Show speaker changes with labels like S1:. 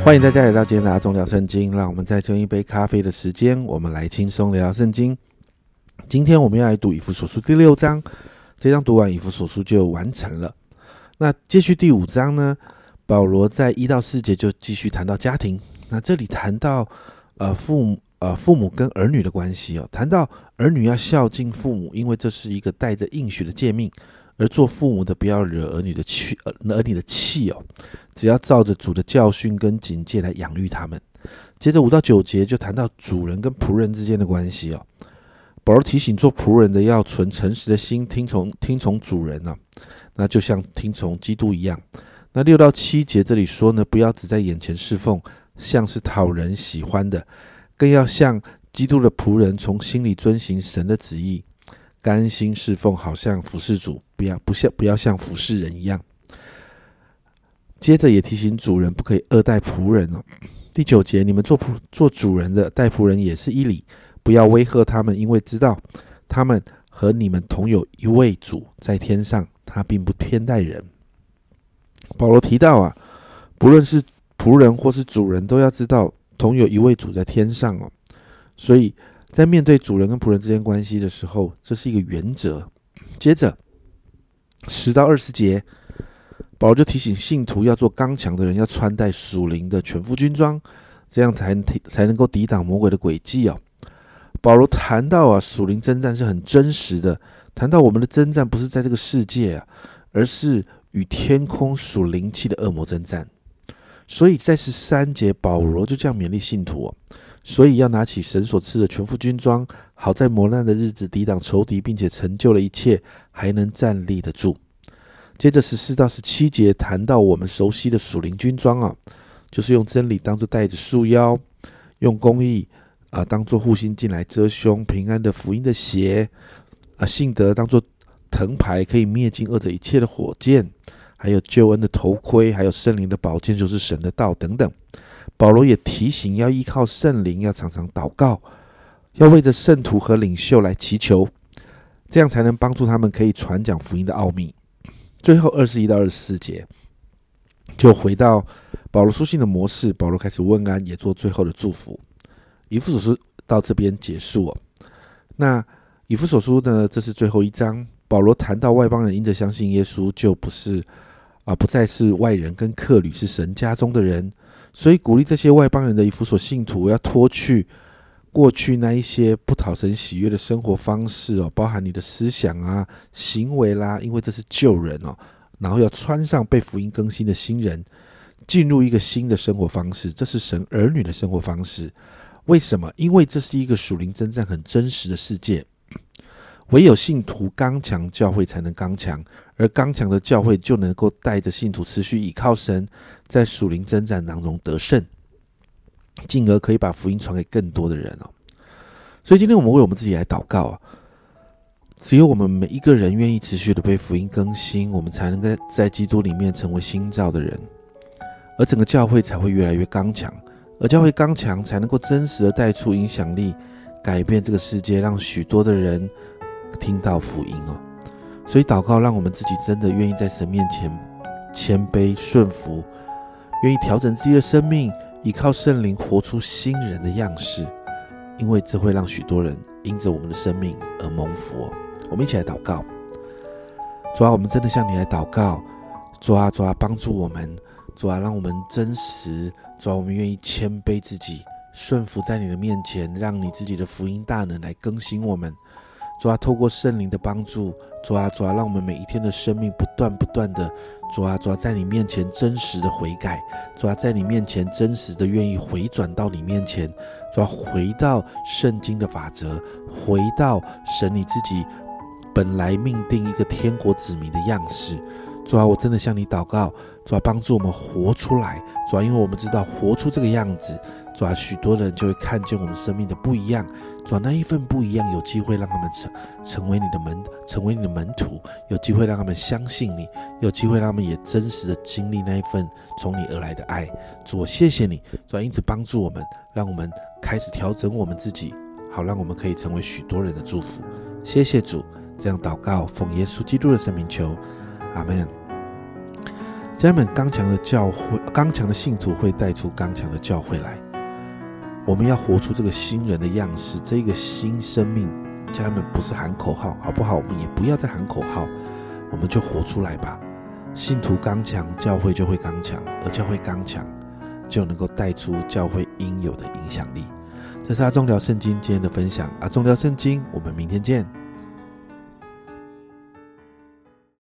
S1: 欢迎大家来到今天的阿忠聊圣经，让我们在这一杯咖啡的时间，我们来轻松聊聊圣经。今天我们要来读以弗所书第6章，这章读完以弗所书就完成了。那接续第5章呢，保罗在1到4节就继续谈到家庭。那这里谈到父母跟儿女的关系哦，谈到儿女要孝敬父母，因为这是一个带着应许的诫命。而做父母的不要惹儿女的气哦，只要照着主的教训跟警戒来养育他们。接着5到9节就谈到主人跟仆人之间的关系哦。保罗提醒做仆人的要存诚实的心，听从主人哦，那就像听从基督一样。那6到7节这里说呢，不要只在眼前侍奉，像是讨人喜欢的，更要像基督的仆人，从心里遵行神的旨意，甘心侍奉，好像服侍主，不要像服侍人一样。接着也提醒主人不可以恶待仆人哦。第9节，你们做主人的待仆人也是依理，不要威吓他们，因为知道他们和你们同有一位主在天上，他并不偏待人。保罗提到不论是仆人或是主人，都要知道同有一位主在天上哦。所以在面对主人跟仆人之间关系的时候，这是一个原则。接着10到20节，保罗就提醒信徒要做刚强的人，要穿戴属灵的全副军装，这样才能够抵挡魔鬼的诡计哦。保罗谈到属灵征战是很真实的，谈到我们的征战不是在这个世界而是与天空属灵气的恶魔征战。所以在13节，保罗就这样勉励信徒所以要拿起神所赐的全副军装，好在磨难的日子抵挡仇敌，并且成就了一切，还能站立得住。接着14到17节谈到我们熟悉的属灵军装就是用真理当作带子束腰，用公义当作护心镜来遮胸，平安的福音的鞋信德当作藤牌，可以灭尽恶者一切的火箭，还有救恩的头盔，还有圣灵的宝剑，就是神的道等等。保罗也提醒要依靠圣灵，要常常祷告，要为着圣徒和领袖来祈求，这样才能帮助他们可以传讲福音的奥秘。最后21到24节就回到保罗书信的模式，保罗开始问安，也做最后的祝福。以弗所书到这边结束那以弗所书呢，这是最后一章。保罗谈到外邦人因着相信耶稣，就不再是外人跟客旅，是神家中的人。所以鼓励这些外邦人的以弗所信徒要脱去过去那一些不讨神喜悦的生活方式包含你的思想行为啦，因为这是旧人然后要穿上被福音更新的新人，进入一个新的生活方式，这是神儿女的生活方式。为什么？因为这是一个属灵征战很真实的世界，唯有信徒刚强，教会才能刚强，而刚强的教会就能够带着信徒持续倚靠神，在属灵征战当中得胜，进而可以把福音传给更多的人所以今天我们为我们自己来祷告只有我们每一个人愿意持续的被福音更新，我们才能够在基督里面成为新造的人，而整个教会才会越来越刚强，而教会刚强才能够真实的带出影响力，改变这个世界，让许多的人听到福音所以祷告让我们自己真的愿意在神面前谦卑顺服，愿意调整自己的生命，依靠圣灵活出新人的样式，因为这会让许多人因着我们的生命而蒙福我们一起来祷告。主我们真的向你来祷告，主帮助我们，主让我们真实，主我们愿意谦卑自己，顺服在你的面前，让你自己的福音大能来更新我们。主透过圣灵的帮助，主让我们每一天的生命不断的，主在你面前真实的悔改，主在你面前真实的愿意回转到你面前，主回到圣经的法则，回到神你自己本来命定一个天国子民的样式。主我真的向你祷告，主帮助我们活出来，主因为我们知道活出这个样子，主许多人就会看见我们生命的不一样，主那一份不一样有机会让他们成为你的门徒，有机会让他们相信你，有机会让他们也真实的经历那一份从你而来的爱。主我谢谢你，主因此帮助我们，让我们开始调整我们自己，好让我们可以成为许多人的祝福。谢谢主，这样祷告奉耶稣基督的圣名求，阿们。 家人们，刚强的信徒会带出刚强的教会来。我们要活出这个新人的样式，这个新生命。家人们，不是喊口号，好不好？我们也不要再喊口号，我们就活出来吧。信徒刚强，教会就会刚强，而教会刚强，就能够带出教会应有的影响力。这是阿忠聊圣经今天的分享，阿忠聊圣经，我们明天见。